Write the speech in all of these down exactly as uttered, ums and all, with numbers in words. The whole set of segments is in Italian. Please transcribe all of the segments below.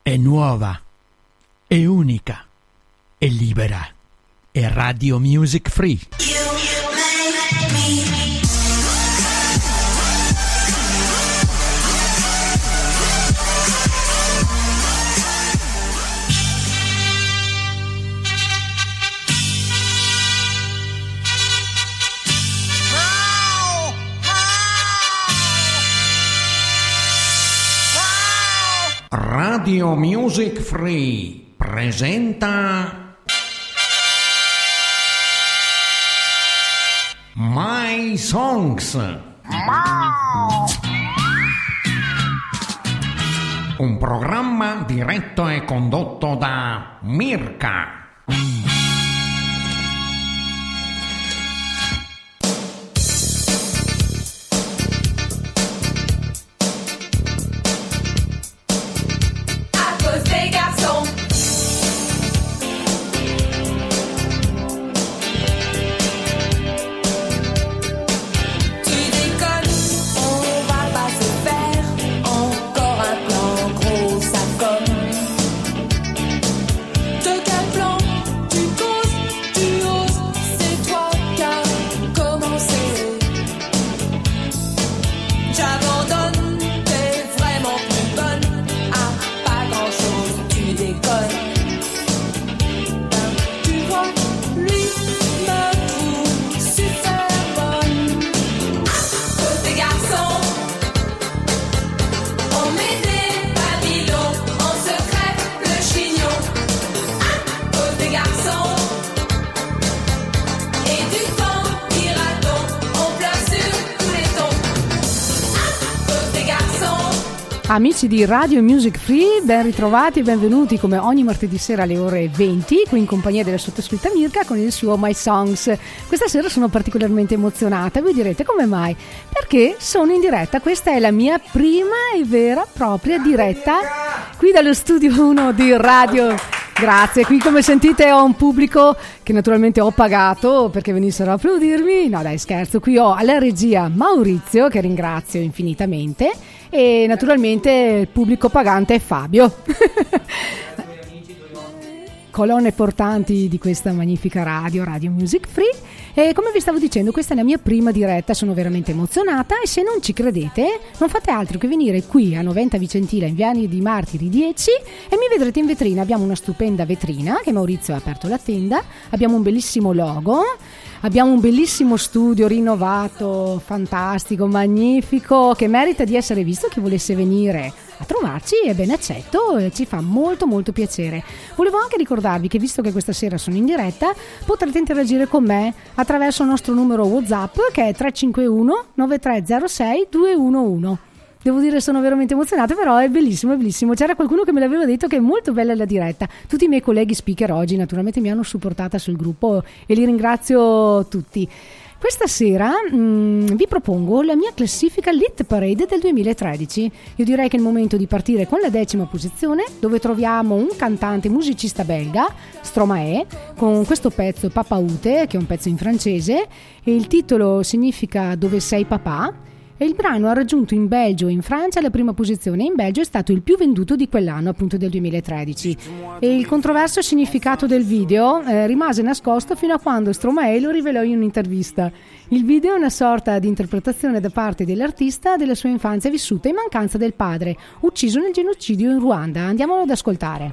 è nuova, è unica, è libera, è Radio Music Free. Radio Music Free presenta My Songs. Un programma diretto e condotto da Mirka. Amici di Radio Music Free, ben ritrovati e benvenuti come ogni martedì sera alle ore venti, qui in compagnia della sottoscritta Mirka con il suo My Songs. Questa sera sono particolarmente emozionata, voi direte come mai? Perché sono in diretta, questa è la mia prima e vera propria diretta qui dallo studio uno di Radio. Grazie, qui come sentite ho un pubblico che naturalmente ho pagato perché venissero a applaudirmi, no dai scherzo, qui ho alla regia Maurizio che ringrazio infinitamente e naturalmente il pubblico pagante è Fabio. Colonne portanti di questa magnifica radio, Radio Music Free. E come vi stavo dicendo, questa è la mia prima diretta, sono veramente emozionata e se non ci credete non fate altro che venire qui a Noventa Vicentila in Viale di Martiri dieci e mi vedrete in vetrina. Abbiamo una stupenda vetrina che Maurizio ha aperto la tenda, abbiamo un bellissimo logo, abbiamo un bellissimo studio rinnovato, fantastico, magnifico, che merita di essere visto. Chi volesse venire a trovarci è ben accetto e ci fa molto molto piacere. Volevo anche ricordarvi che visto che questa sera sono in diretta potrete interagire con me attraverso il nostro numero WhatsApp che è tre cinque uno nove tre zero sei due uno uno. Devo dire sono veramente emozionata, però è bellissimo, è bellissimo. C'era qualcuno che me l'aveva detto che è molto bella la diretta. Tutti i miei colleghi speaker oggi naturalmente mi hanno supportata sul gruppo e li ringrazio tutti. Questa sera mh, vi propongo la mia classifica Lit Parade del duemilatredici. Io direi che è il momento di partire con la decima posizione, dove troviamo un cantante musicista belga, Stromae, con questo pezzo Papa Ute, che è un pezzo in francese, e il titolo significa Dove sei papà? E il brano ha raggiunto in Belgio e in Francia la prima posizione. In Belgio è stato il più venduto di quell'anno, appunto del duemilatredici. E il controverso significato del video eh, rimase nascosto fino a quando Stromae lo rivelò in un'intervista. Il video è una sorta di interpretazione da parte dell'artista della sua infanzia vissuta in mancanza del padre, ucciso nel genocidio in Ruanda. Andiamolo ad ascoltare.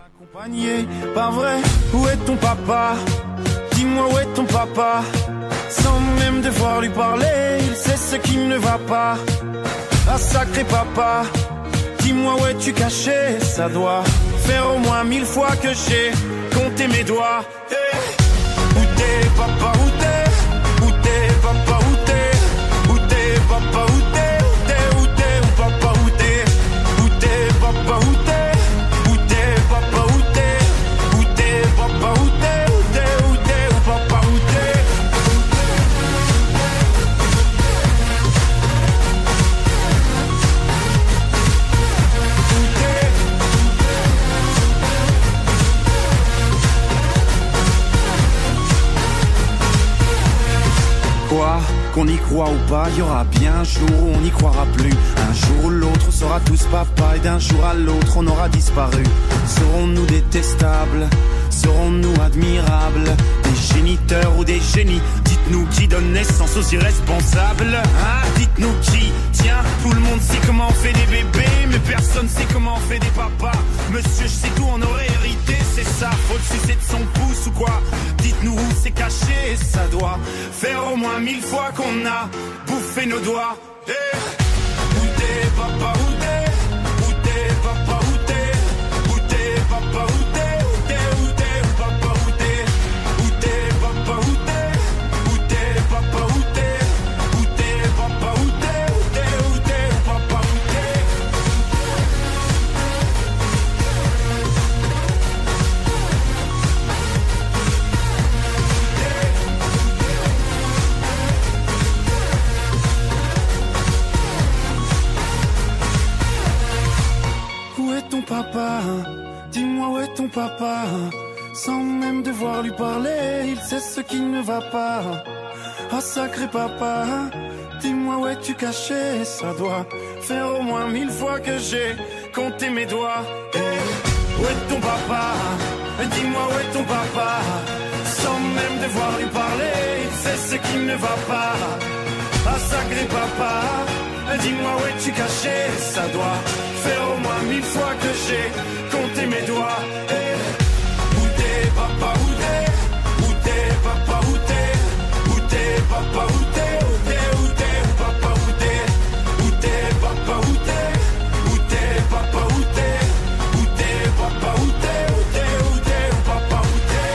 Pas vrai, où est ton papa? Dis-moi où est ton papa? Sans même devoir lui parler, il sait ce qui ne va pas. Ah sacré papa, dis-moi où es-tu caché? Ça doit faire au moins mille fois que j'ai compté mes doigts. Hey. Où t'es papa, où t'es? Où t'es papa, où t'es? Où t'es papa, où t'es? Où t'es, où t'es, où papa, où t'es? Où t'es papa, où t'es? Où t'es papa, où t'es? Où t'es papa, où t'es? Où t'es, où t'es, où papa, où t'es? Quoi, qu'on y croit ou pas, il y aura bien un jour où on n'y croira plus. Un jour ou l'autre, on saura tous papa et d'un jour à l'autre on aura disparu. Serons-nous détestables? Serons-nous admirables? Des géniteurs ou des génies? Dites-nous qui donne naissance aux irresponsables, hein? Dites-nous qui? Tiens, tout le monde sait comment on fait des bébés, mais personne sait comment on fait des papas. Monsieur, je sais tout, on aurait hérité, c'est ça. Faut le sucer de son pouce ou quoi? Dites-nous où c'est caché, ça doit faire au moins mille fois qu'on a bouffé nos doigts. Hey, où t'es, papa, où t'es? Où t'es, papa, où t'es? Où t'es, papa, où t'es? Où t'es, où t'es, papa, où t'es? Où t'es, papa, où t'es? Où t'es, papa, où t'es? Où t'es, papa, où t'es? Où t'es, où t'es, papa, où t'es? Où est ton papa? Dis-moi où est ton papa? Sans même devoir lui parler, il sait ce qui ne va pas. Ah sacré papa, dis-moi où es-tu caché? Ça doit faire au moins mille fois que j'ai compté mes doigts. Hey, où est ton papa? Dis-moi où est ton papa? Sans même devoir lui parler, il sait ce qui ne va pas. Ah sacré papa, dis-moi où es-tu caché? Ça doit faire au moins mille fois que j'ai compté mes doigts. Hey, où t'es papa, où t'es? Où t'es papa, où t'es? Où t'es papa, où t'es? Où t'es, où t'es, papa, où t'es? Où t'es papa, où t'es? Où t'es papa, où t'es? Où t'es papa, où t'es? Où t'es, où t'es, papa, où t'es?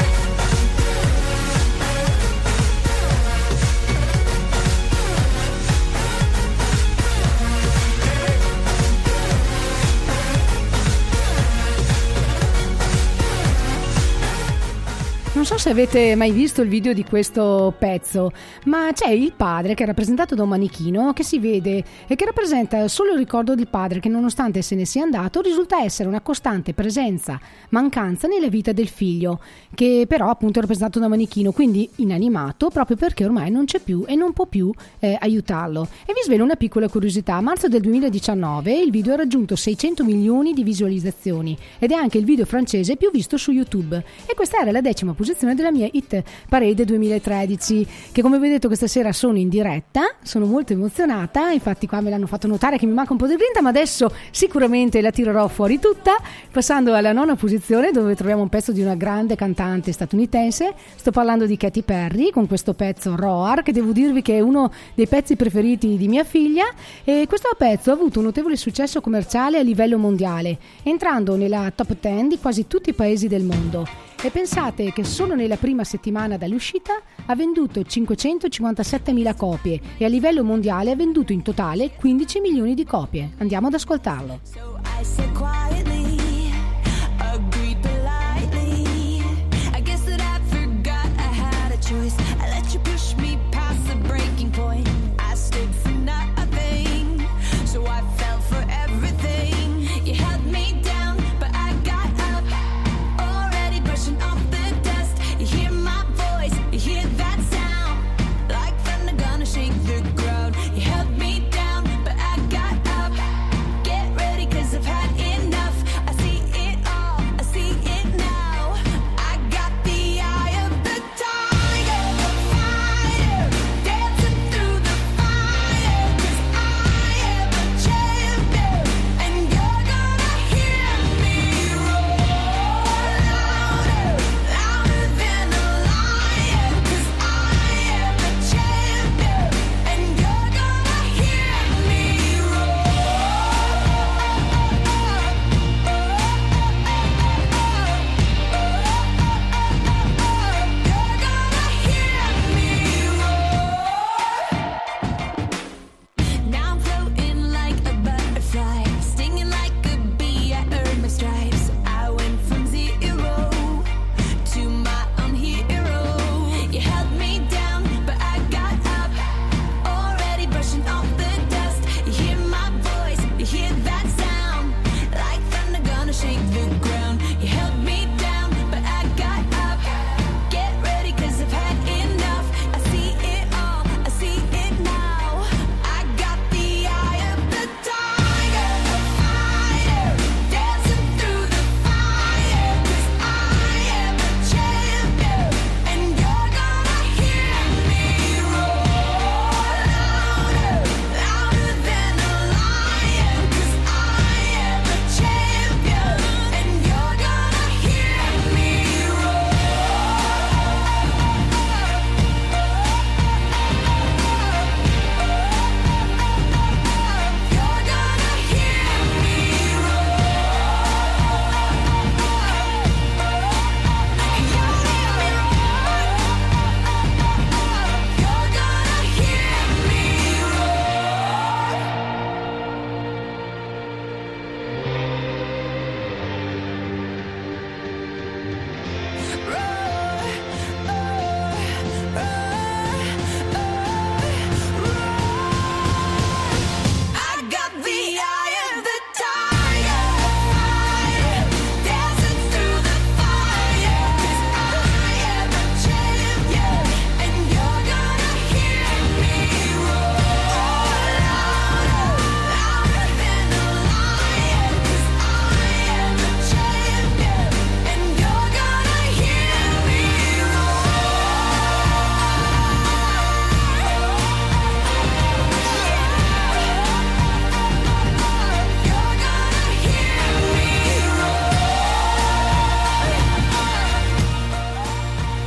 Non so se avete mai visto il video di questo pezzo, ma c'è il padre che è rappresentato da un manichino che si vede e che rappresenta solo il ricordo del padre che, nonostante se ne sia andato, risulta essere una costante presenza, mancanza nella vita del figlio, che però appunto è rappresentato da un manichino, quindi inanimato, proprio perché ormai non c'è più e non può più eh, aiutarlo. E vi svelo una piccola curiosità: a marzo del duemiladiciannove il video ha raggiunto seicento milioni di visualizzazioni ed è anche il video francese più visto su YouTube, e questa era la decima posizione della mia Hit Parade duemilatredici, che come vedete questa sera sono in diretta. Sono molto emozionata, infatti qua me l'hanno fatto notare che mi manca un po' di grinta, ma adesso sicuramente la tirerò fuori tutta, passando alla nona posizione, dove troviamo un pezzo di una grande cantante statunitense. Sto parlando di Katy Perry con questo pezzo Roar, che devo dirvi che è uno dei pezzi preferiti di mia figlia, e questo pezzo ha avuto un notevole successo commerciale a livello mondiale, entrando nella top dieci di quasi tutti i paesi del mondo. E pensate che solo nella prima settimana dall'uscita ha venduto cinquecentocinquantasettemila copie e a livello mondiale ha venduto in totale quindici milioni di copie. Andiamo ad ascoltarlo. So I said quietly, agreed politely. I guess that I forgot I had a choice. I let you push me past the breaking point. I stood for nothing, so I fell for everything. You held me down, but I got up, already brushing off the dust. You hear my voice, you hear that sound, like thunder gonna shake the ground. You held me down, but I got up. Get ready, 'cause I've had enough.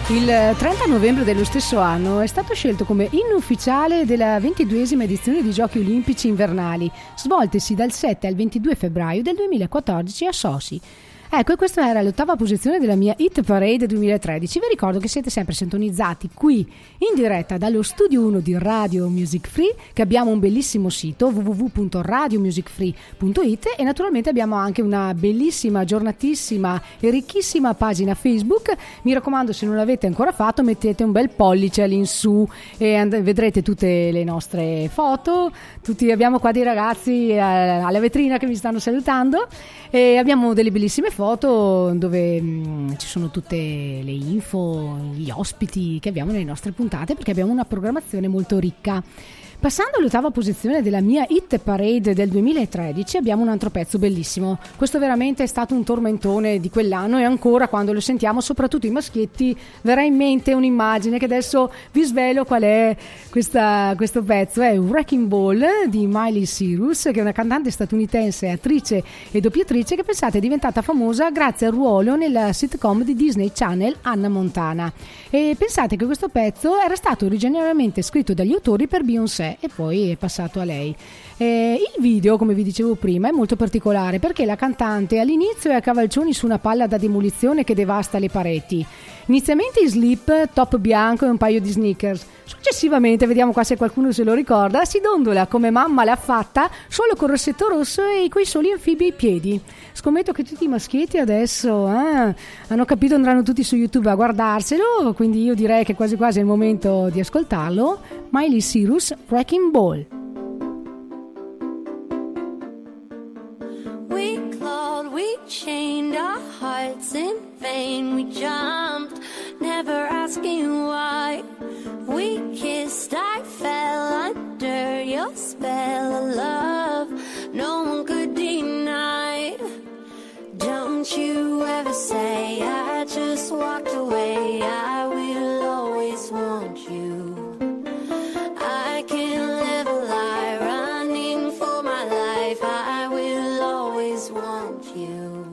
Il trenta novembre dello stesso anno è stato scelto come inno ufficiale della ventiduesima edizione dei Giochi Olimpici Invernali, svoltesi dal sette al ventidue febbraio del duemilaquattordici a Sochi. Ecco, e questa era l'ottava posizione della mia Hit Parade duemilatredici. Vi ricordo che siete sempre sintonizzati qui in diretta dallo studio uno di Radio Music Free, che abbiamo un bellissimo sito w w w punto radio music free punto i t, e naturalmente abbiamo anche una bellissima, aggiornatissima e ricchissima pagina Facebook. Mi raccomando, se non l'avete ancora fatto, mettete un bel pollice all'insù e and- vedrete tutte le nostre foto. Tutti, abbiamo qua dei ragazzi eh, alla vetrina che mi stanno salutando, e abbiamo delle bellissime foto foto dove mh, ci sono tutte le info, gli ospiti che abbiamo nelle nostre puntate, perché abbiamo una programmazione molto ricca. Passando all'ottava posizione della mia Hit Parade del duemilatredici abbiamo un altro pezzo bellissimo. Questo veramente è stato un tormentone di quell'anno, e ancora quando lo sentiamo, soprattutto i maschietti, verrà in mente un'immagine che adesso vi svelo qual è questa, questo pezzo. È Wrecking Ball di Miley Cyrus, che è una cantante statunitense, attrice e doppiatrice, che pensate è diventata famosa grazie al ruolo nella sitcom di Disney Channel Hannah Montana. E pensate che questo pezzo era stato originariamente scritto dagli autori per Beyoncé e poi è passato a lei. Eh, il video, come vi dicevo prima, è molto particolare perché la cantante all'inizio è a cavalcioni su una palla da demolizione che devasta le pareti. Inizialmente in slip, top bianco e un paio di sneakers. Successivamente, vediamo qua se qualcuno se lo ricorda, si dondola come mamma l'ha fatta, solo col rossetto rosso e coi soli anfibi ai piedi. Scommetto che tutti i maschietti adesso eh, hanno capito, andranno tutti su YouTube a guardarselo, quindi io direi che quasi quasi è il momento di ascoltarlo. Miley Cyrus, Wrecking Ball. We clawed, we chained our hearts in vain. We jumped, never asking why. We kissed, I fell under your spell of love. No one could deny. Don't you ever say I just walked away. I will always want you. I can't live a lie, running for my life. I will always want you.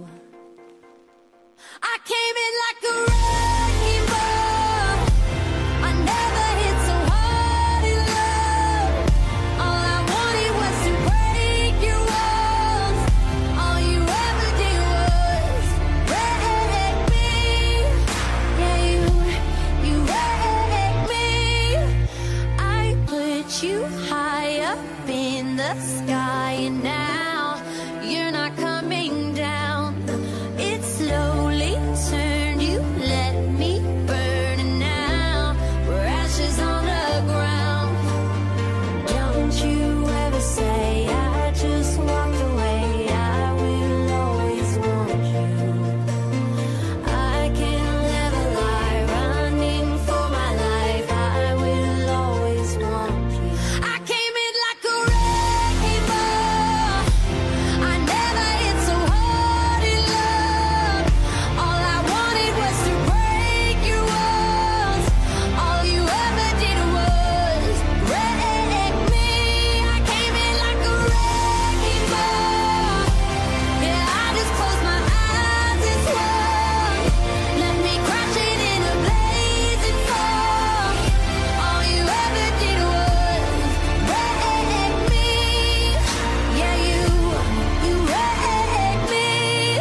I came in like a wrecking ball. I never hit so hard in love. All I wanted was to break your walls. All you ever did was wreck me. Yeah, you, you wrecked me. I put you high up in the sky, and now you're not coming down. It slowly turned, you let me burn, and now we're ashes on the ground. Don't you ever say I just walked away. I will always want you. I can't live a lie, running for my life. I will always want you. I came in like a wrecking ball. I never hit so hard in love. All I wanted was to break your walls. All you ever did was wreck me. I came in like a wrecking ball. Yeah, I just closed my eyes and swung. Let me crashing in a blazing fall. All you ever did was wreck me. Yeah, you, you wrecked me.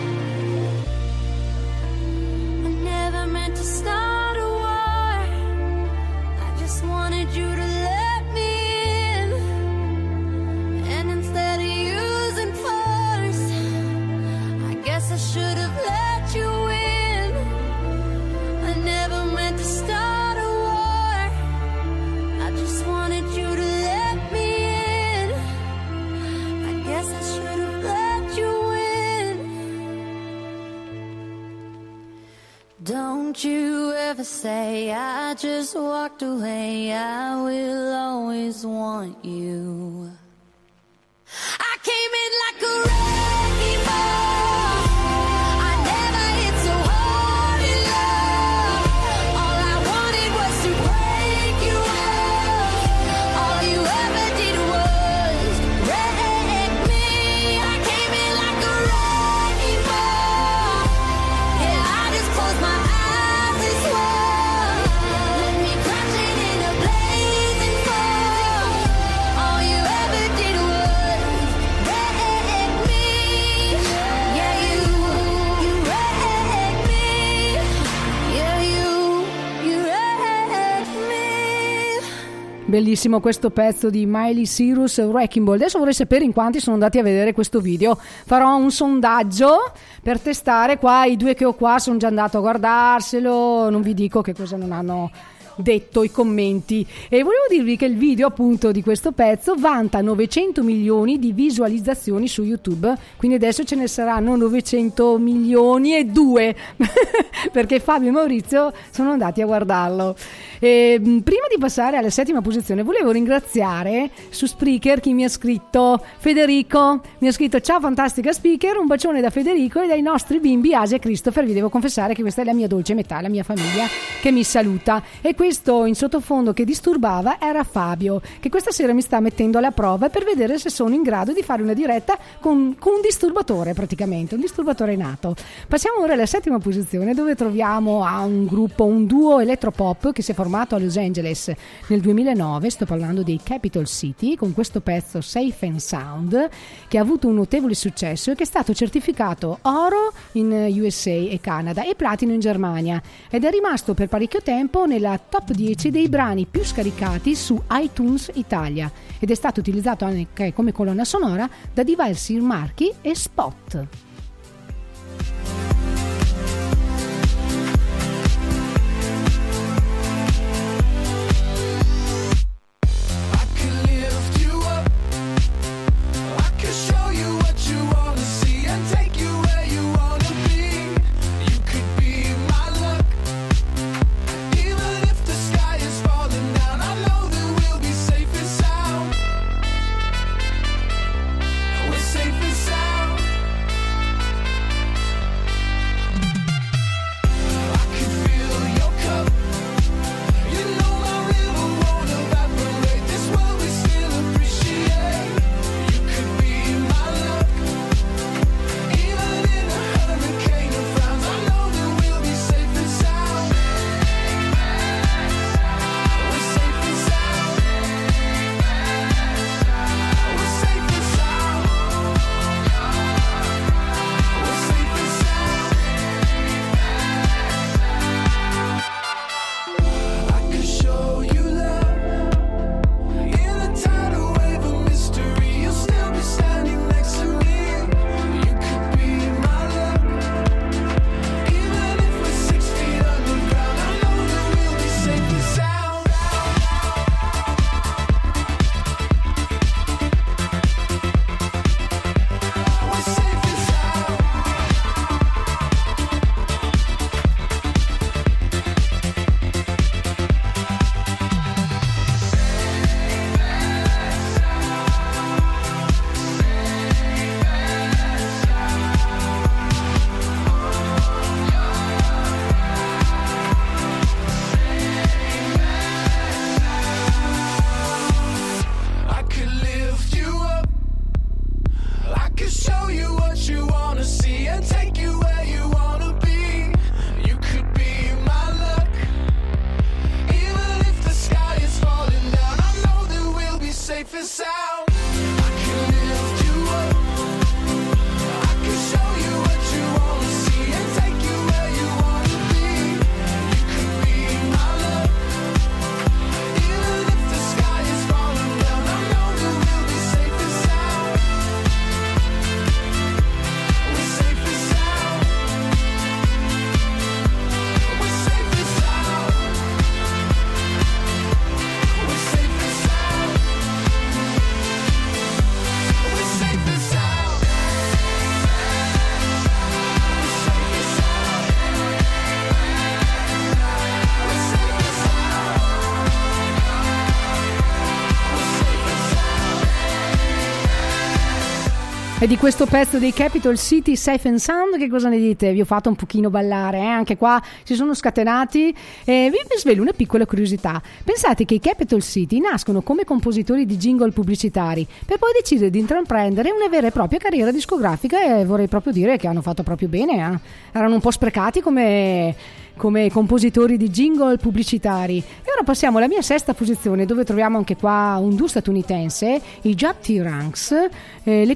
I never meant to start a war. I just wanted you to let me in. And instead of using force, I guess I should have let you in. I never meant to start a war. I just wanted you to let me in. I guess I should have let you in. Don't you ever say I just walked away. I will always want you. I came in like a wrecking ball. I never hit so hard in love. All I wanted was to break your walls. All you ever did was wreck me. I came in like a wrecking ball. Yeah, I just closed my eyes and swore. Bellissimo questo pezzo di Miley Cyrus, Wrecking Ball. Adesso vorrei sapere in quanti sono andati a vedere questo video. Farò un sondaggio per testare qua. I due che ho qua sono già andato a guardarselo. Non vi dico che cosa non hanno detto i commenti. E volevo dirvi che il video appunto di questo pezzo vanta novecento milioni di visualizzazioni su YouTube, quindi adesso ce ne saranno novecento milioni e due perché Fabio e Maurizio sono andati a guardarlo. E prima di passare alla settima posizione volevo ringraziare su Spreaker chi mi ha scritto. Federico mi ha scritto: ciao fantastica speaker, un bacione da Federico e dai nostri bimbi Asia e Christopher. Vi devo confessare che questa è la mia dolce metà, la mia famiglia che mi saluta. E questo in sottofondo che disturbava era Fabio, che questa sera mi sta mettendo alla prova per vedere se sono in grado di fare una diretta con, con un disturbatore, praticamente un disturbatore nato. Passiamo ora alla settima posizione, dove troviamo a un gruppo, un duo elettropop che si è formato a Los Angeles nel duemilanove. Sto parlando dei Capital City, con questo pezzo Safe and Sound, che ha avuto un notevole successo e che è stato certificato oro in U S A e Canada e platino in Germania, ed è rimasto per parecchio tempo nella top dieci dei brani più scaricati su iTunes Italia, ed è stato utilizzato anche come colonna sonora da diversi marchi e spot. E di questo pezzo dei Capital City, Safe and Sound, che cosa ne dite? Vi ho fatto un pochino ballare, eh? Anche qua si sono scatenati. E vi svelo una piccola curiosità. Pensate che i Capital City nascono come compositori di jingle pubblicitari, per poi decidere di intraprendere una vera e propria carriera discografica, e vorrei proprio dire che hanno fatto proprio bene, eh? Erano un po' sprecati come... come compositori di jingle pubblicitari. E ora passiamo alla mia sesta posizione, dove troviamo anche qua un duo statunitense, i Jap T-Ranks, eh, le cui origini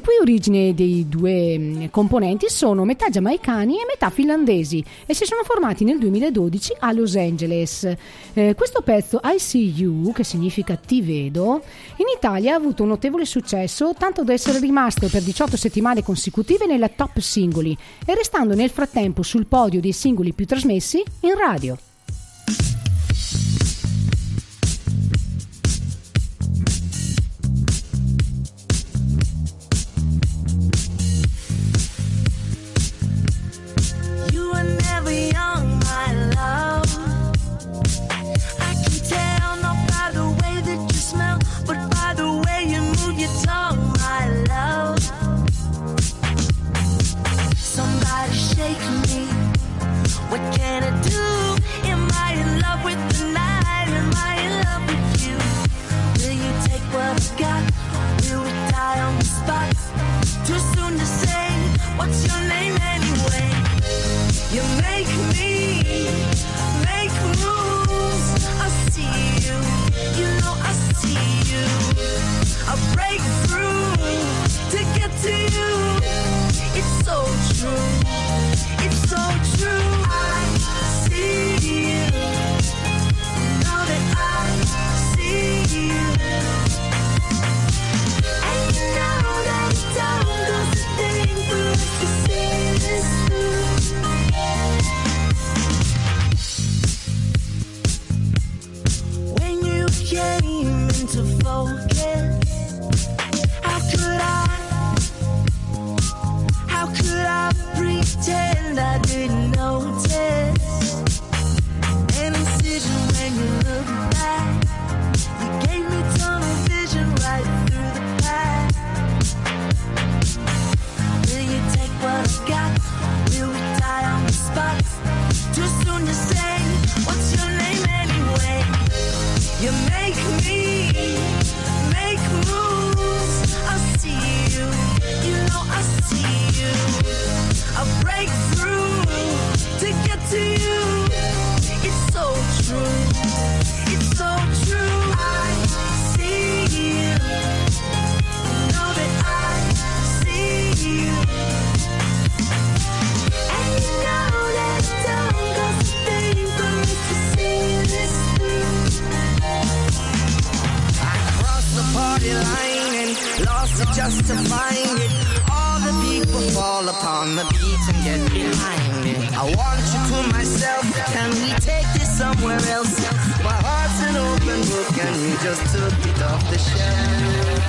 L'origine dei due componenti sono metà giamaicani e metà finlandesi e si sono formati nel duemiladodici a Los Angeles. Eh, questo pezzo I See You, che significa ti vedo, in Italia ha avuto un notevole successo, tanto da essere rimasto per diciotto settimane consecutive nella top singoli e restando nel frattempo sul podio dei singoli più trasmessi in radio. What can I do? Am I in love with the night? Am I in love with you? Will you take what I got? Will we die on the spot? Too soon to say. What's your name anyway? You make me make moves. I see you. You know I see you. I break through to get to you. It's so true. It's so true. I see you. Know that I see you. And you know that it don't cost a thing for us to see this through. When you came into focus, how could I, how could I pretend I didn't notice? An incision when you look back, you gave me tunnel vision right through the past. Will you take what I got? Will we die on the spot? Too soon to say. What's your name anyway? You make me make moves. I see you. You know I see you. I break through to get to you. It's so true. It's so true. I see you. Know that I see you. And you know that it don't cost a thing for us to see this through. I crossed the party line and lost it just to find it. All the people fall upon the beat and get behind it. I want you to myself. Can we take this somewhere else? My heart's an open book and you just took it off the shelf.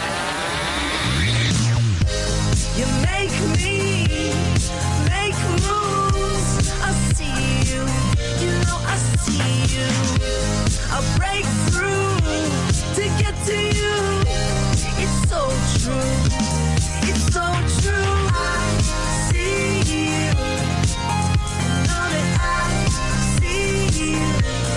You make me make moves. I see you. You know I see you. I break through to get to you. It's so true. It's so true. I see you. Know that I see you.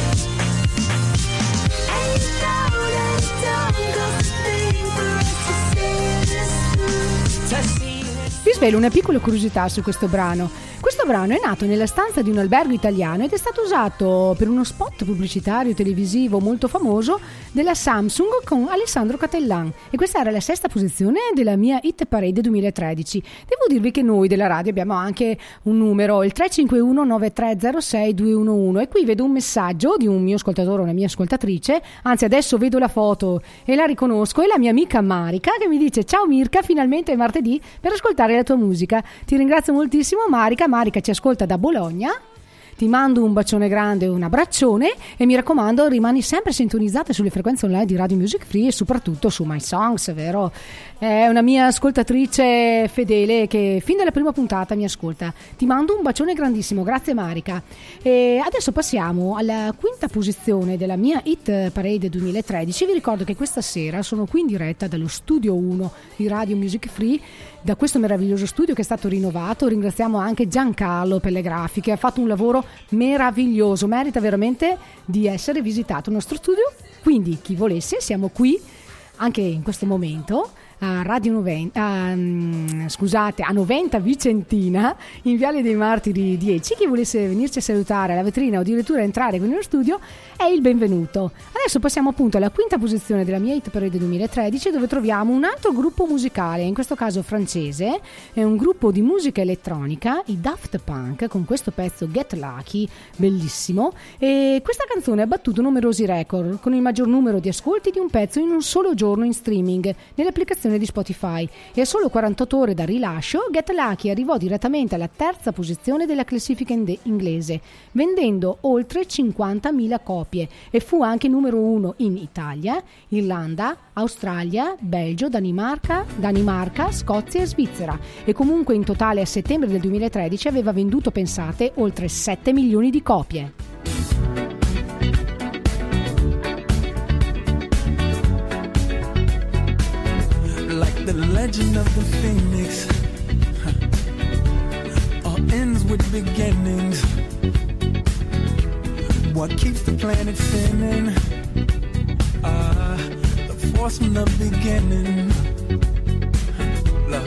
And you know that it don't cost a thing for us to see this through. To see this. Vi svelo una piccola curiosità su questo brano. Questo brano è nato nella stanza di un albergo italiano ed è stato usato per uno spot pubblicitario televisivo molto famoso della Samsung con Alessandro Cattelan e questa era la sesta posizione della mia Hit Parade duemilatredici. Devo dirvi che noi della radio abbiamo anche un numero, il tre cinque uno nove tre zero sei due uno uno, e qui vedo un messaggio di un mio ascoltatore o una mia ascoltatrice, anzi adesso vedo la foto e la riconosco, è la mia amica Marica che mi dice: ciao Mirka, finalmente è martedì per ascoltare la tua musica. Ti ringrazio moltissimo Marica. Marica ci ascolta da Bologna. Ti mando un bacione grande e un abbraccione e mi raccomando rimani sempre sintonizzata sulle frequenze online di Radio Music Free e soprattutto su My Songs, vero? È una mia ascoltatrice fedele che fin dalla prima puntata mi ascolta. Ti mando un bacione grandissimo, grazie Marica. E adesso passiamo alla quinta posizione della mia Hit Parade duemilatredici. Vi ricordo che questa sera sono qui in diretta dallo studio uno di Radio Music Free, da questo meraviglioso studio che è stato rinnovato. Ringraziamo anche Giancarlo per le grafiche, ha fatto un lavoro meraviglioso, merita veramente di essere visitato il nostro studio, quindi chi volesse siamo qui anche in questo momento a Radio novanta, a, scusate, a novanta Vicentina in Viale dei Martiri dieci. Chi volesse venirci a salutare alla vetrina o addirittura entrare con nello studio è il benvenuto. Adesso passiamo appunto alla quinta posizione della mia Hit Parade duemilatredici, dove troviamo un altro gruppo musicale, in questo caso francese, è un gruppo di musica elettronica, i Daft Punk, con questo pezzo Get Lucky, bellissimo, e questa canzone ha battuto numerosi record, con il maggior numero di ascolti di un pezzo in un solo giorno in streaming nell'applicazione di Spotify, e a solo quarantotto ore dal rilascio Get Lucky arrivò direttamente alla terza posizione della classifica inde- inglese, vendendo oltre cinquantamila copie, e fu anche numero uno in Italia, Irlanda, Australia, Belgio, Danimarca, Danimarca, Scozia e Svizzera, e comunque in totale a settembre del duemilatredici aveva venduto, pensate, oltre sette milioni di copie. Like the legend of the phoenix, all ends with beginnings. What keeps the planet spinning? Ah, uh, the force from the beginning. Love.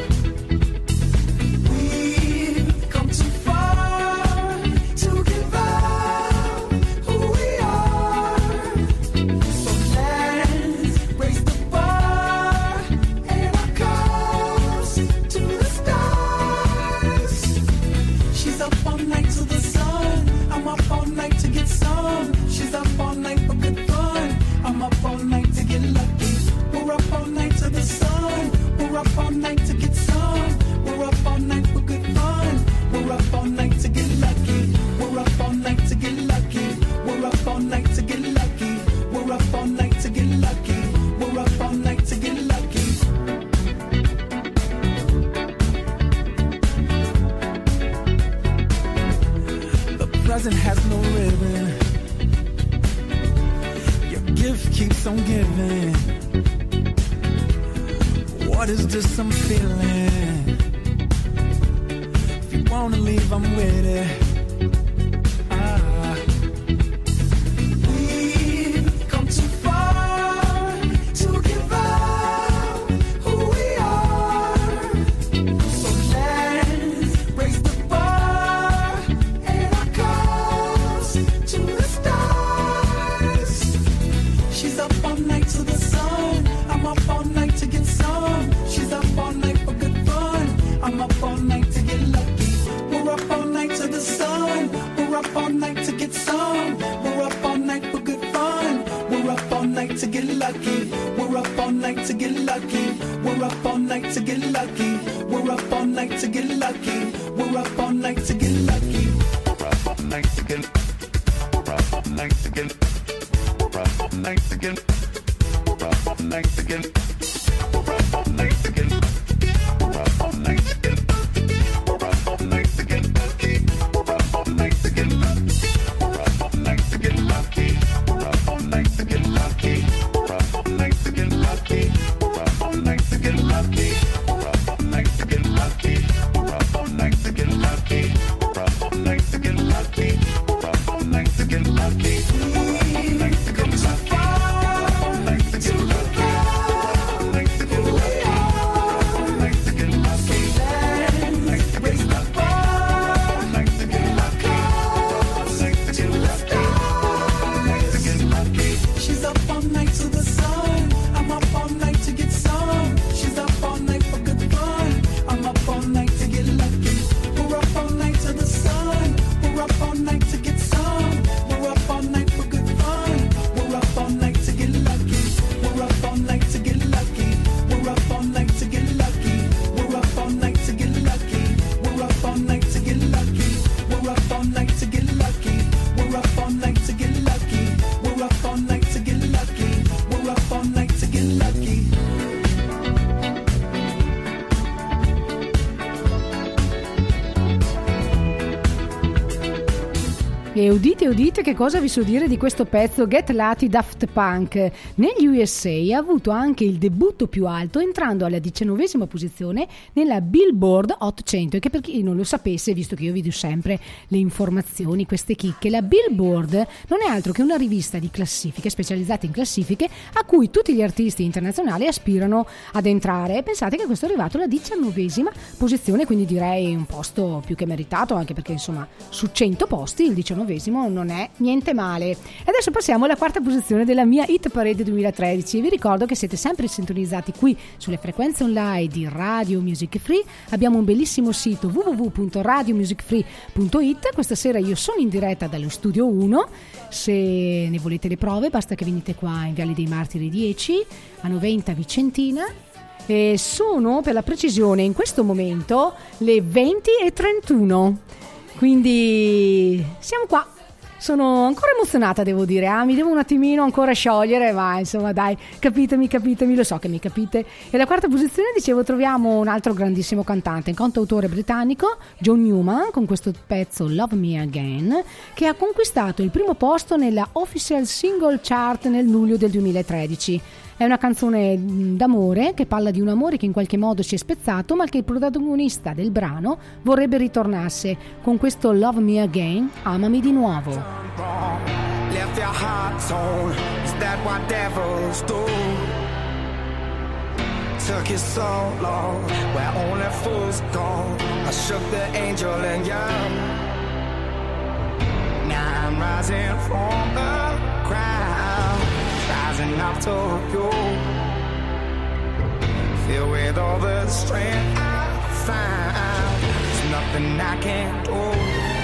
We've come too far to give up who we are. So let's raise the bar and our cups to the stars. She's up all night to the sun. I'm up all night to get some. She's up all night for good fun. I'm up all night to get lucky. We're up all night to the sun. We're up all night to get some. We're up all night for good fun. We're up all night to get lucky. We're up all night to get lucky. We're up all night to get lucky. We're up all night to get lucky. We're up all night to get lucky. The present has no ribbon. Your gift keeps on giving. What is this I'm feeling? If you wanna leave, I'm with it. Ah. We've come too far to give up who we are. So let's raise the bar and our cups to the stars. She's up all night to the sun. I'm up all night to get some. She's up all night for good fun. I'm up all night to get lucky. We're up all night to the sun. We're up all night to get some. We're up all night for good fun. We're up all night to get lucky. We're up all night to get lucky. We're up all night to get lucky. We're up all night to get lucky. We're up all night to get lucky. We're up all night to get. We're up all night to get. We're up all night to get. We're up all night to get. We're up all night to get. We're up all night to get. We're up all night to get lucky. We're up all night to get lucky. We're up all night to get lucky. We're up all night to get lucky. We're up all night to get lucky. We're up all night to get lucky. We're up all night to get lucky. We're up all night to get lucky. We're up all night to get lucky. We're up all night to get lucky. We're up all night to get lucky. E udite, udite che cosa vi so dire di questo pezzo Get Lucky Daft Punk. Negli U S A ha avuto anche il debutto più alto, entrando alla diciannovesima posizione nella Billboard Hot cento. E che per chi non lo sapesse, visto che io vi do sempre le informazioni, queste chicche, la Billboard non è altro che una rivista di classifiche, specializzata in classifiche, a cui tutti gli artisti internazionali aspirano ad entrare. E pensate che questo è arrivato alla diciannovesima posizione, quindi direi un posto più che meritato, anche perché insomma su cento posti il diciannovesimo diciannovesimo non è niente male. E adesso passiamo alla quarta posizione della mia Hit Parade duemilatredici. Vi ricordo che siete sempre sintonizzati qui sulle frequenze online di Radio Music Free. Abbiamo un bellissimo sito w w w punto radio music free punto i t. Questa sera io sono in diretta dallo studio uno. Se ne volete le prove basta che venite qua in Viale dei Martiri dieci a Noventa Vicentina. E sono, per la precisione, in questo momento le venti e trentuno, quindi siamo qua. Sono ancora emozionata, devo dire, ah, mi devo un attimino ancora sciogliere, ma insomma dai, capitemi, capitemi, lo so che mi capite. E alla quarta posizione, dicevo, troviamo un altro grandissimo cantante, un cantautore britannico, John Newman, con questo pezzo Love Me Again, che ha conquistato il primo posto nella Official Single Chart nel luglio del duemilatredici. È una canzone d'amore che parla di un amore che in qualche modo si è spezzato, ma che il protagonista del brano vorrebbe ritornasse. Con questo Love Me Again, amami di nuovo. Left your heart torn, is that what devils do? Took you so long, where only fools go. I shook the angel in you. Now I'm rising from the ground, rising up to you. Filled with all the strength I found, there's nothing I can't do.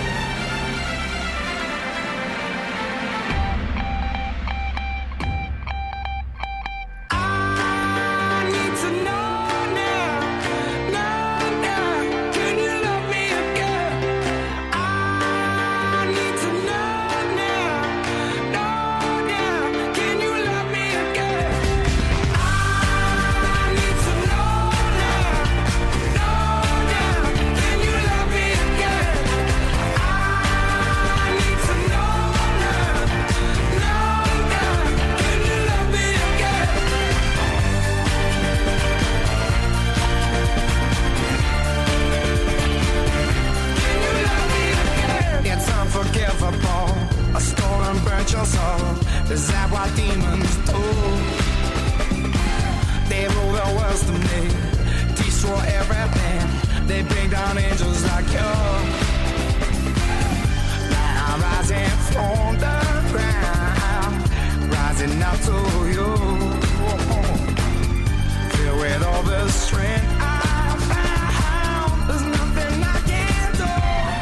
Is that what demons do? They rule the world to me, destroy everything. They bring down angels like you. Now I'm rising from the ground, rising up to you. Filled with all the strength I found, there's nothing I can't do.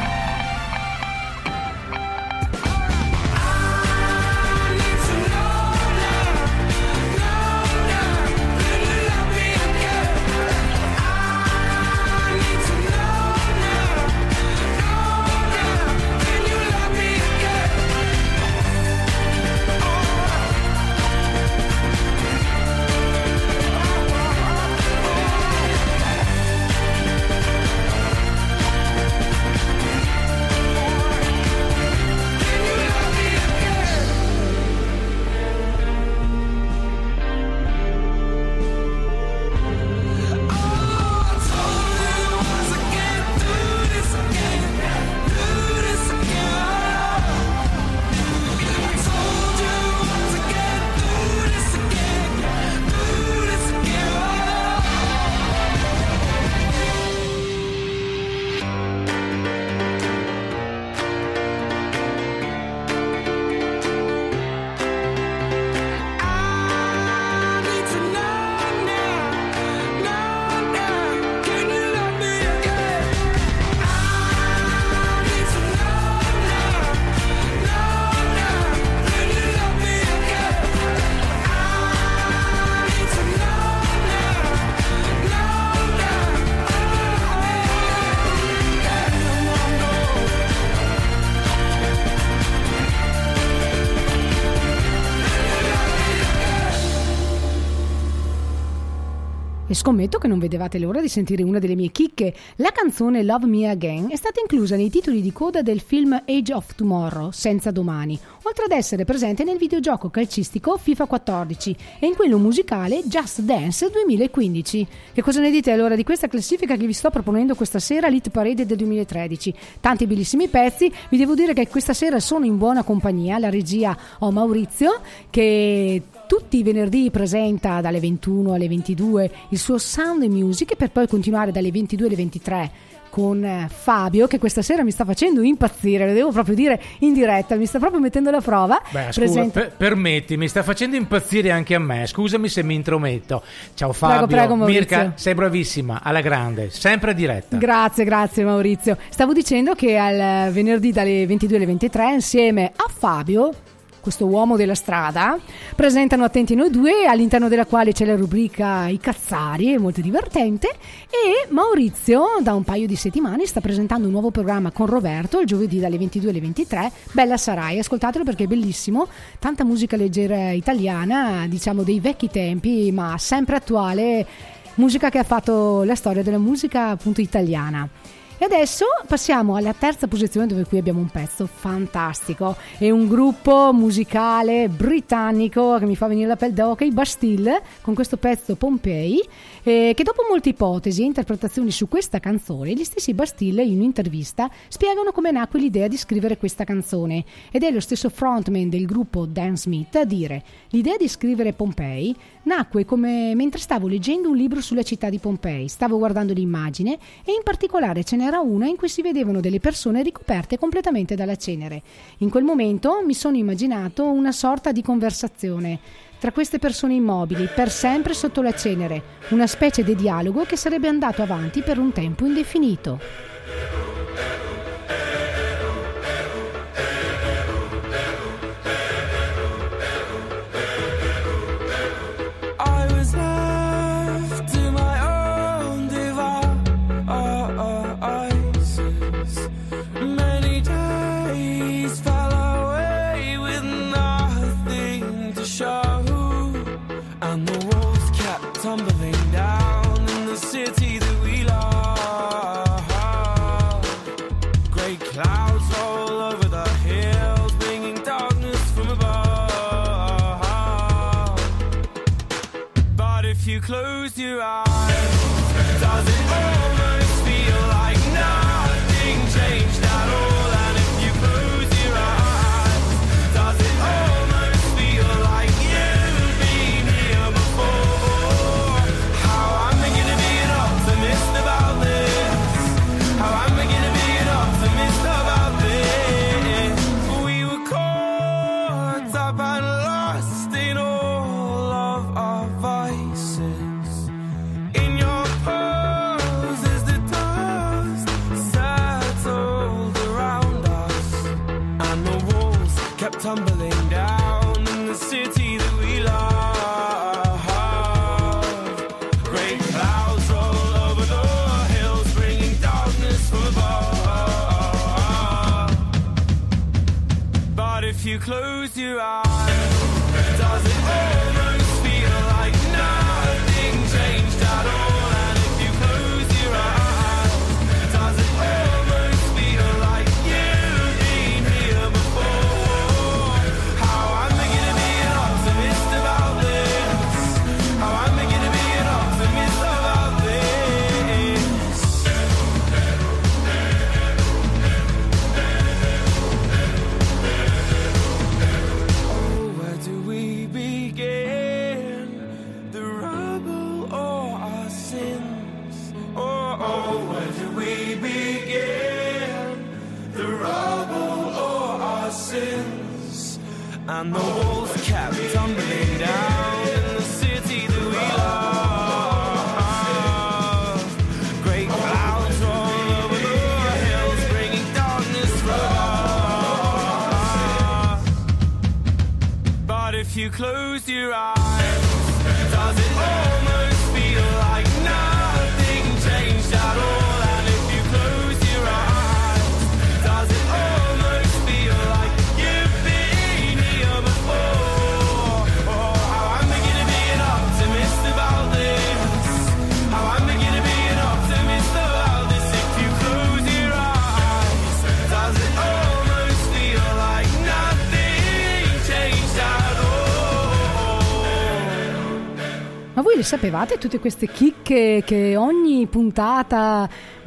E scommetto che non vedevate l'ora di sentire una delle mie chicche. La canzone Love Me Again è stata inclusa nei titoli di coda del film Age of Tomorrow, Senza Domani, oltre ad essere presente nel videogioco calcistico FIFA quattordici e in quello musicale Just Dance duemilaquindici. Che cosa ne dite allora di questa classifica che vi sto proponendo questa sera, l'Hit Parade del duemilatredici? Tanti bellissimi pezzi. Vi devo dire che questa sera sono in buona compagnia. La regia ho Maurizio, che tutti i venerdì presenta dalle ventuno alle ventidue il suo Sound and Music, per poi continuare dalle ventidue alle ventitré con eh, Fabio, che questa sera mi sta facendo impazzire, lo devo proprio dire in diretta, mi sta proprio mettendo alla prova. Beh, scusa, Presente... per, permetti, mi sta facendo impazzire anche a me, scusami se mi intrometto. Ciao Fabio, prego, prego, Maurizio. Mirka, sei bravissima, alla grande, sempre a diretta. Grazie, grazie Maurizio. Stavo dicendo che al venerdì dalle ventidue alle ventitré, insieme a Fabio, questo uomo della strada, presentano Attenti noi due, all'interno della quale c'è la rubrica I Cazzari, è molto divertente, e Maurizio da un paio di settimane sta presentando un nuovo programma con Roberto il giovedì dalle ventidue alle ventitré, Bella Sarai, ascoltatelo perché è bellissimo, tanta musica leggera italiana, diciamo dei vecchi tempi, ma sempre attuale, musica che ha fatto la storia della musica appunto italiana. E adesso passiamo alla terza posizione, dove qui abbiamo un pezzo fantastico. È un gruppo musicale britannico che mi fa venire la pelle d'oca, i Bastille, con questo pezzo Pompei, eh, che dopo molte ipotesi e interpretazioni su questa canzone, gli stessi Bastille in un'intervista spiegano come nacque l'idea di scrivere questa canzone. Ed è lo stesso frontman del gruppo, Dan Smith, a dire: l'idea di scrivere Pompei nacque come mentre stavo leggendo un libro sulla città di Pompei, stavo guardando l'immagine e in particolare ce n'era una in cui si vedevano delle persone ricoperte completamente dalla cenere. In quel momento mi sono immaginato una sorta di conversazione tra queste persone immobili, per sempre sotto la cenere, una specie di dialogo che sarebbe andato avanti per un tempo indefinito. Tumbling down in the city that we love. Great clouds all over the hills, bringing darkness from above. But if you close your eyes, does it almost feel like nothing changed at all? And if you close your eyes, does it almost feel like you've been here before? Tumbling down in the city that we love. Great clouds roll over the hills, bringing darkness from above. But if you close your eyes, does it almost feel like nothing changed at all? And if you close your eyes, does it almost feel like you've been here before? And the walls kept tumbling down in the city that we love. Great clouds roll over the hills, bringing darkness from above. But if you close your eyes, does it almost feel like nothing changed at all? And if you close your eyes, does it almost feel like you've been here before? Oh, how I'm beginning to be an optimist about this. How I'm beginning to be an optimist about this. If you close your eyes, does it almost feel like nothing changed at all? le sapevate tutte queste chicche che ogni puntata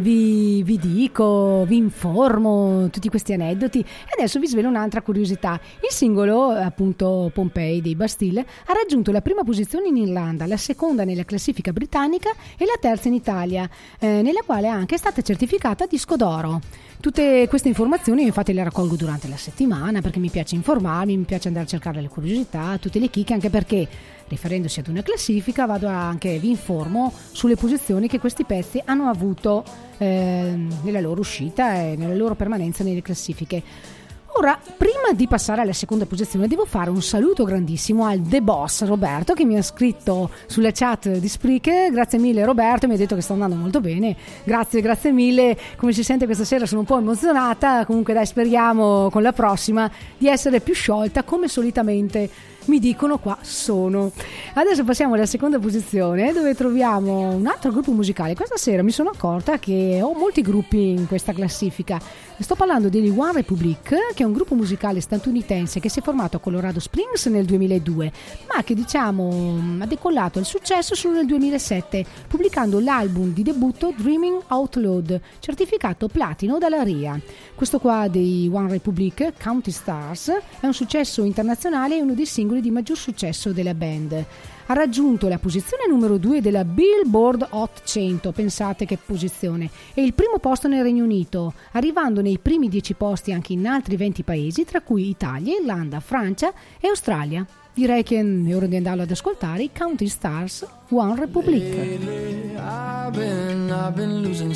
vi, vi dico, vi informo, tutti questi aneddoti? E adesso vi svelo un'altra curiosità. Il singolo, appunto Pompei dei Bastille, ha raggiunto la prima posizione in Irlanda, la seconda nella classifica britannica e la terza in Italia, eh, nella quale anche è stata certificata disco d'oro. Tutte queste informazioni infatti le raccolgo durante la settimana perché mi piace informarmi, mi piace andare a cercare le curiosità, tutte le chicche, anche perché riferendosi ad una classifica vado anche, vi informo sulle posizioni che questi pezzi hanno avuto eh, nella loro uscita e nella loro permanenza nelle classifiche. Ora, prima di passare alla seconda posizione, devo fare un saluto grandissimo al The Boss Roberto, che mi ha scritto sulla chat di Spreaker. Grazie mille Roberto, mi ha detto che sta andando molto bene. Grazie, grazie mille. Come si sente questa sera sono un po' emozionata. Comunque dai, speriamo con la prossima di essere più sciolta, come solitamente mi dicono qua sono. Adesso passiamo alla seconda posizione, dove troviamo un altro gruppo musicale. Questa sera mi sono accorta che ho molti gruppi in questa classifica. Sto parlando degli One Republic, che è un gruppo musicale statunitense che si è formato a Colorado Springs nel duemiladue, ma che diciamo ha decollato il successo solo nel duemilasette, pubblicando l'album di debutto Dreaming Out Loud, certificato platino dalla R I A. Questo qua dei One Republic, Counting Stars, è un successo internazionale e uno dei singoli di maggior successo della band. Ha raggiunto la posizione numero due della Billboard Hot cento, pensate che posizione, e il primo posto nel Regno Unito, arrivando nei primi dieci posti anche in altri venti paesi, tra cui Italia, Irlanda, Francia e Australia. Direi che è ora di andarlo ad ascoltare, i Counting Stars, One Republic. Lately, I've been, I've been losing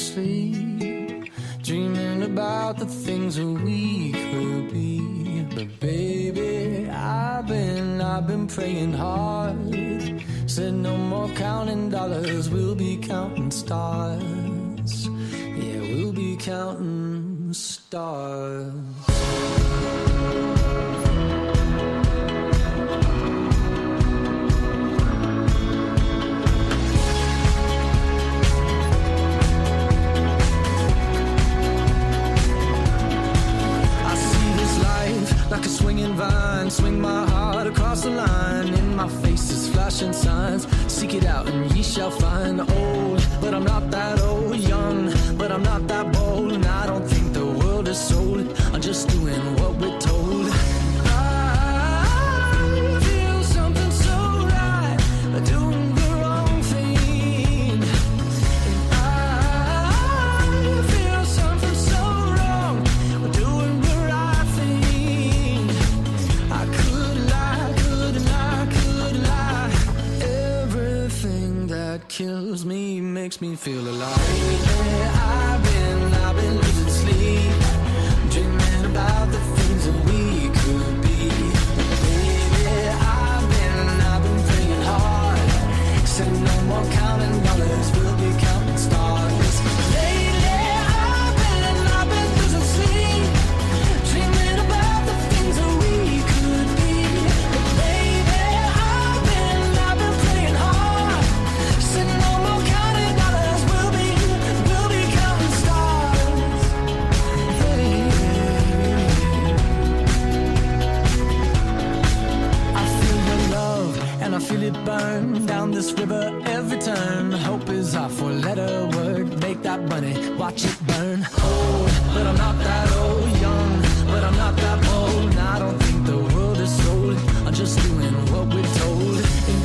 sleep, dreaming about the things that we could be. But baby, I've been, I've been praying hard. Said no more counting dollars, we'll be counting stars. Yeah, we'll be counting stars. Like a swinging vine, swing my heart across the line. In my face is flashing signs. Seek it out and ye shall find. Old, but I'm not that old. Young, but I'm not that bold. And I don't think the world is sold. I'm just doing what we're told. I feel something so right, doing the wrong thing. And I feel something so wrong, doing the right thing. I could lie, could lie, could lie. Everything that kills me makes me feel alive. Yeah, I've been, I've been losing sleep, dreaming about the things that we could be. Baby, I've been, I've been praying hard. Said no more counting dollars, we'll be counting stars. Lately, I've been, I've been losing sleep, dreaming about the things that we could be. Baby, I've been, I've been praying hard. Said no more counting dollars, we'll be, we'll be counting stars. Hey. I feel your love and I feel it burn down this river every turn. Hope is our four-letter word. Make that money, watch it burn. Old, but I'm not that old. Young, but I'm not that bold. And I don't think the world is sold. I'm just doing what we're told. And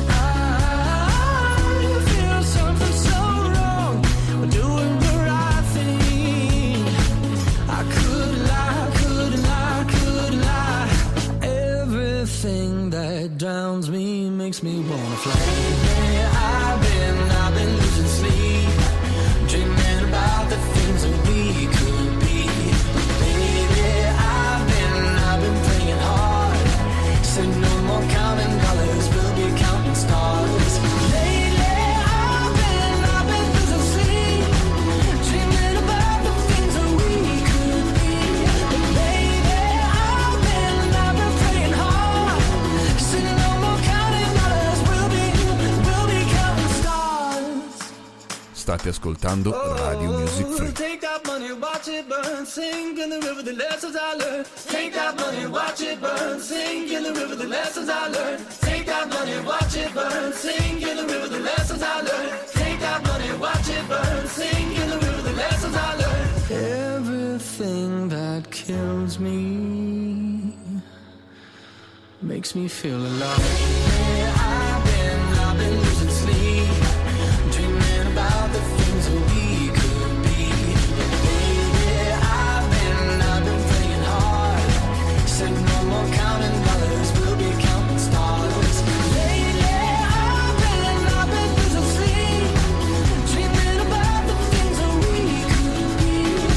I feel something so wrong, we're doing the right thing. I could lie, could lie, could lie. Everything that drowns me makes me wanna fly. Yeah, I've been, I've been losing sleep, dreaming about the things that we could be. Baby, I've been, I've been praying hard. Said no more counting dollars, we'll be counting stars. Lately, I've been, I've been losing sleep, dreaming about the things that we could be. Baby, I've been, I've been praying hard. Said no more counting dollars, we'll be, we'll be counting stars. State ascoltando Radio Music Free. Take that money, watch it burn, sink in the river, the lessons I learned. Take that money, watch it burn, sink in the river, the lessons I learned. Take that that money, watch it burn. Sing in the river the lessons I learned. Take that money, watch it burn. Sing in the river the lessons I learned. Everything that kills me makes me feel alive. Yeah, I've been, I've been losing sleep, dreaming about the things that we could be. Baby, I've been, I've been playing hard. Said no more counting dollars, we'll be counting stars. Lately, I've been, I've been losing sleep, dreaming about the things that we could be.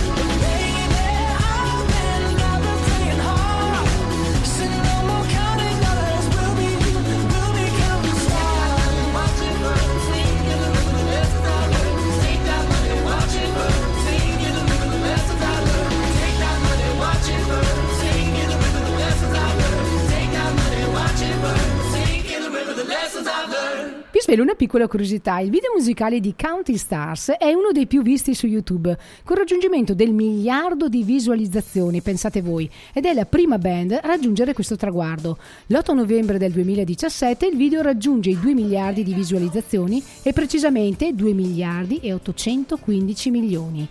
Baby, I've been, I've been playing hard. Said no more counting dollars, we'll be, we'll be counting stars. Watch it burn, sing in the river the lessons I learned. Take that money, watch it burn, sing in the river the lessons I learned. Take that money, watch it burn, sing in the river the lessons I learned. Take that money, watch it burn, sing in the river the lessons I learned. Vi svelo una piccola curiosità: il video musicale di Counting Stars è uno dei più visti su YouTube, con raggiungimento del miliardo di visualizzazioni, pensate voi, ed è la prima band a raggiungere questo traguardo. L'otto novembre del duemiladiciassette il video raggiunge i due miliardi di visualizzazioni e precisamente due miliardi e ottocentoquindici milioni.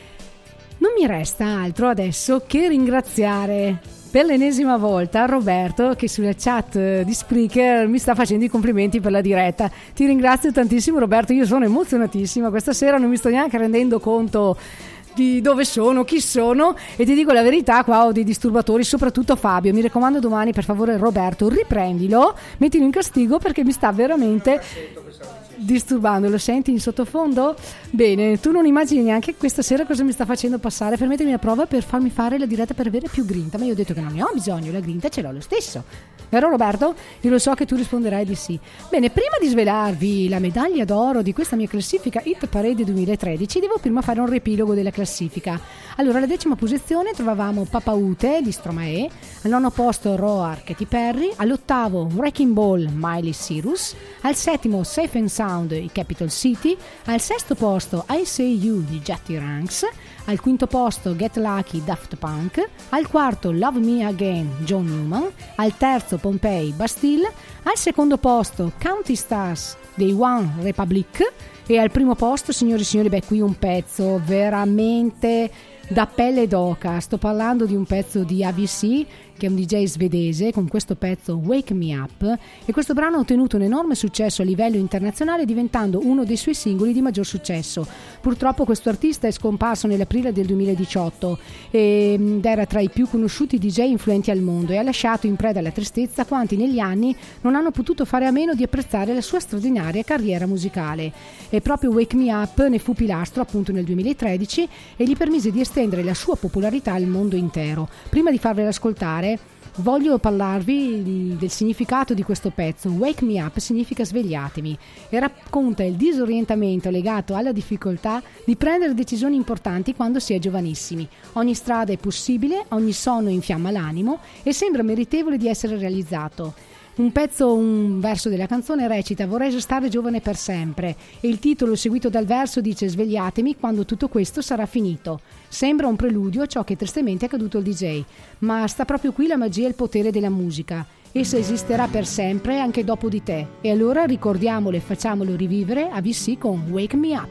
Non mi resta altro adesso che ringraziare per l'ennesima volta Roberto, che sulla chat di Spreaker mi sta facendo i complimenti per la diretta. Ti ringrazio tantissimo Roberto, io sono emozionatissima questa sera, non mi sto neanche rendendo conto di dove sono, chi sono, e ti dico la verità, qua ho dei disturbatori, soprattutto Fabio. Mi raccomando, domani per favore Roberto riprendilo, mettilo in castigo perché mi sta veramente disturbando. Lo senti in sottofondo? Bene, tu non immagini neanche questa sera cosa mi sta facendo passare per mettermi a prova per farmi fare la diretta per avere più grinta, ma io ho detto che non ne ho bisogno, la grinta ce l'ho lo stesso, vero Roberto? Io lo so che tu risponderai di sì. Bene, prima di svelarvi la medaglia d'oro di questa mia classifica Hit Parade duemilatredici devo prima fare un riepilogo della classifica. Allora, alla decima posizione trovavamo Papa Ute di Stromae, al nono posto Roar Katy Perry, all'ottavo Wrecking Ball Miley Cyrus, al settimo Safe and Sound i Capital City, al sesto posto I Say You di Jatti Ranks, al quinto posto Get Lucky Daft Punk, al quarto Love Me Again John Newman, al terzo Pompeii Bastille, al secondo posto Counting Stars dei One Republic e al primo posto, signori e signori, beh, qui un pezzo veramente da pelle d'oca. Sto parlando di un pezzo di A V C, che è un D J svedese, con questo pezzo Wake Me Up, e questo brano ha ottenuto un enorme successo a livello internazionale, diventando uno dei suoi singoli di maggior successo. Purtroppo questo artista è scomparso nell'aprile del duemiladiciotto ed era tra i più conosciuti D J influenti al mondo, e ha lasciato in preda alla tristezza quanti negli anni non hanno potuto fare a meno di apprezzare la sua straordinaria carriera musicale. E proprio Wake Me Up ne fu pilastro appunto nel duemilatredici e gli permise di estendere la sua popolarità al mondo intero. Prima di farvela ascoltare voglio parlarvi del significato di questo pezzo. Wake Me Up significa svegliatemi e racconta il disorientamento legato alla difficoltà di prendere decisioni importanti quando si è giovanissimi. Ogni strada è possibile, ogni sonno infiamma l'animo e sembra meritevole di essere realizzato. Un pezzo, un verso della canzone recita: vorrei restare giovane per sempre, e il titolo seguito dal verso dice: svegliatemi quando tutto questo sarà finito. Sembra un preludio a ciò che tristemente è accaduto al D J, ma sta proprio qui la magia e il potere della musica. Essa esisterà per sempre anche dopo di te, e allora ricordiamolo e facciamolo rivivere a V C con Wake Me Up.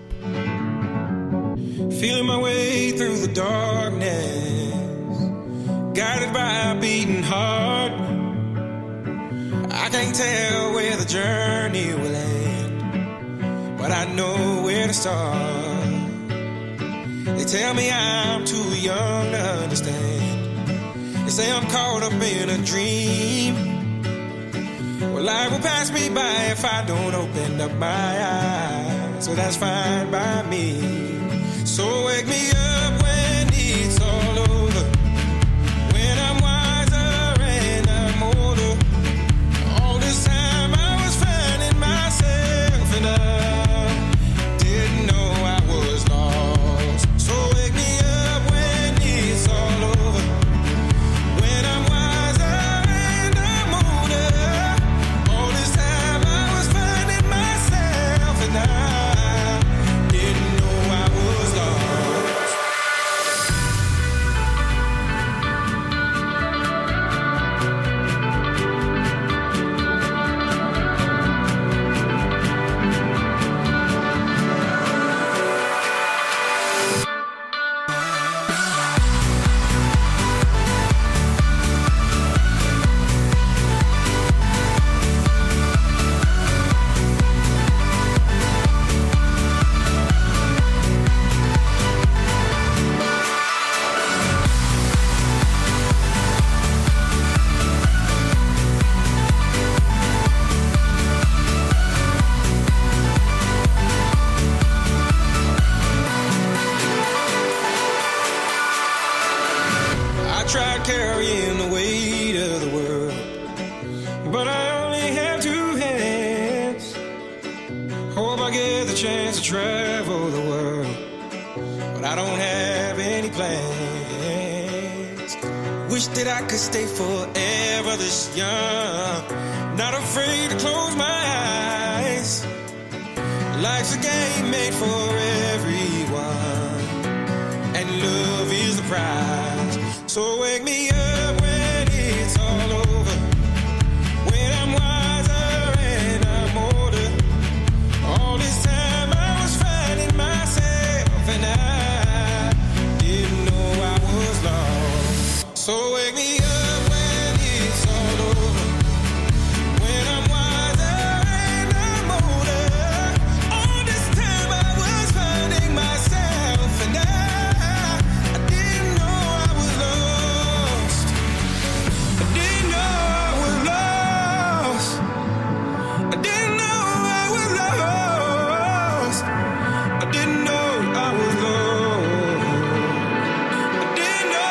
Feeling my way through the darkness, guided by a beating heart. I can't tell where the journey will end, but I know where to start. They tell me I'm too young to understand. They say I'm caught up in a dream. Well, life will pass me by if I don't open up my eyes, so that's fine by me. So wake me up when it's all over, when I'm wiser and I'm older. All this time I was finding myself and I didn't know I was lost. So wake me up when it's all over, when I'm wiser and I'm older. All this time I was finding myself and I didn't know I was lost. tried carrying the weight of the world, but I only have two hands. Hope I get the chance to travel the world, but I don't have any plans. Wish that I could stay forever this young, not afraid to close my eyes. Life's a game made for everyone, and love is the prize. So wake me up when it's all over, when I'm wiser and I'm older. All this time I was finding myself, and I didn't know I was lost. So wake me up when it's all over, when I'm wiser and I'm older. All this time I was finding myself, and I, I didn't know I was lost. I didn't know I was lost. I didn't know I was lost. I didn't know I was lost. I didn't know.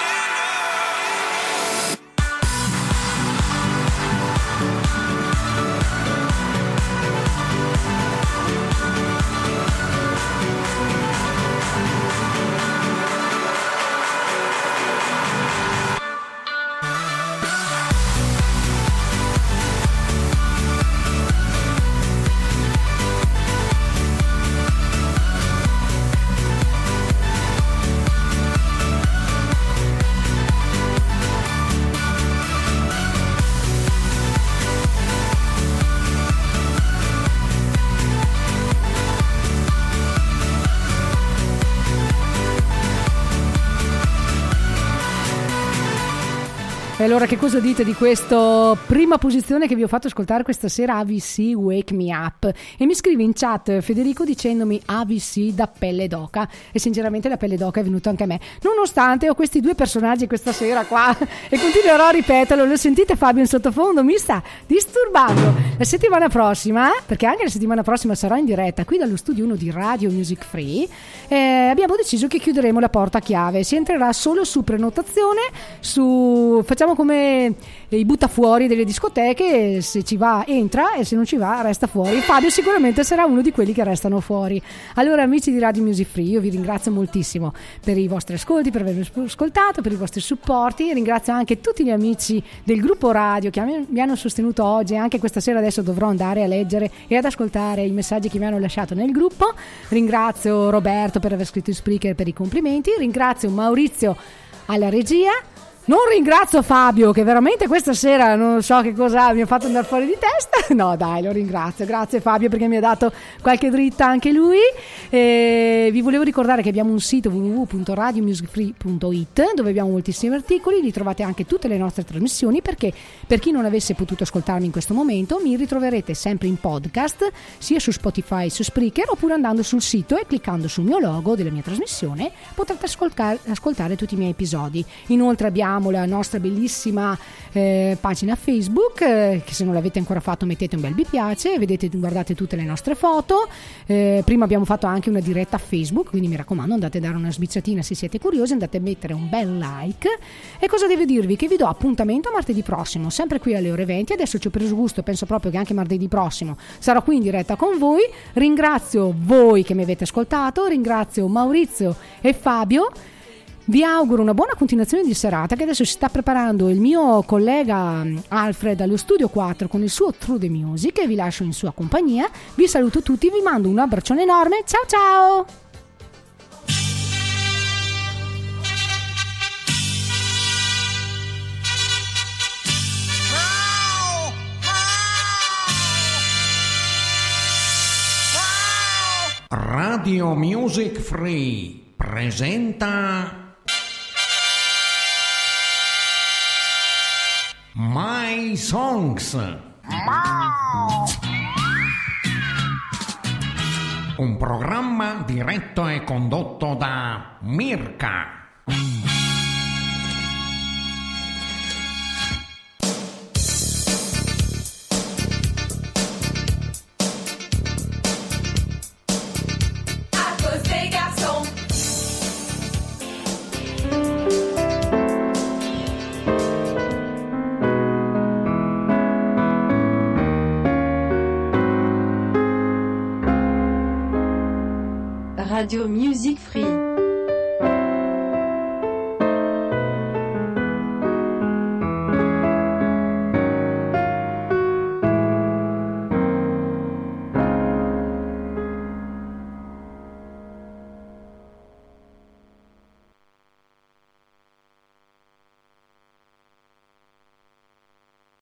E allora che cosa dite di questa prima posizione che vi ho fatto ascoltare questa sera, A V C Wake Me Up? E mi scrive in chat Federico dicendomi A V C da pelle d'oca, e sinceramente la pelle d'oca è venuta anche a me, nonostante ho questi due personaggi questa sera qua e continuerò a ripeterlo. Lo sentite Fabio in sottofondo? Mi sta disturbando. La settimana prossima, perché anche la settimana prossima sarò in diretta qui dallo studio uno di Radio Music Free, eh, abbiamo deciso che chiuderemo la porta a chiave, si entrerà solo su prenotazione, su facciamo come i buttafuori delle discoteche, se ci va entra e se non ci va resta fuori. Fabio sicuramente sarà uno di quelli che restano fuori. Allora amici di Radio Music Free, io vi ringrazio moltissimo per i vostri ascolti, per avermi ascoltato, per i vostri supporti. Ringrazio anche tutti gli amici del gruppo radio che mi hanno sostenuto oggi e anche questa sera. Adesso dovrò andare a leggere e ad ascoltare i messaggi che mi hanno lasciato nel gruppo. Ringrazio Roberto per aver scritto in Spreaker per i complimenti, ringrazio Maurizio alla regia. Non ringrazio Fabio che veramente questa sera non so che cosa mi ha fatto andare fuori di testa. No dai, lo ringrazio, grazie Fabio perché mi ha dato qualche dritta anche lui. E vi volevo ricordare che abbiamo un sito w w w punto radio music free punto i t dove abbiamo moltissimi articoli, lì trovate anche tutte le nostre trasmissioni, perché per chi non avesse potuto ascoltarmi in questo momento mi ritroverete sempre in podcast sia su Spotify, su Spreaker, oppure andando sul sito e cliccando sul mio logo della mia trasmissione potrete ascoltare, ascoltare tutti i miei episodi. Inoltre abbiamo la nostra bellissima eh, pagina Facebook, eh, che se non l'avete ancora fatto mettete un bel mi piace, vedete, guardate tutte le nostre foto. Eh, prima abbiamo fatto anche una diretta a Facebook, quindi mi raccomando andate a dare una sbicciatina se siete curiosi, andate a mettere un bel like. E cosa devo dirvi? Che vi do appuntamento martedì prossimo, sempre qui alle ore venti. Adesso ci ho preso gusto, penso proprio che anche martedì prossimo sarò qui in diretta con voi. Ringrazio voi che mi avete ascoltato, ringrazio Maurizio e Fabio. Vi auguro una buona continuazione di serata, che adesso si sta preparando il mio collega Alfred allo studio quattro con il suo True the Music, e vi lascio in sua compagnia. Vi saluto tutti, vi mando un abbraccione enorme, ciao ciao! Radio Music Free presenta My Songs. Un programma diretto e condotto da Mirka.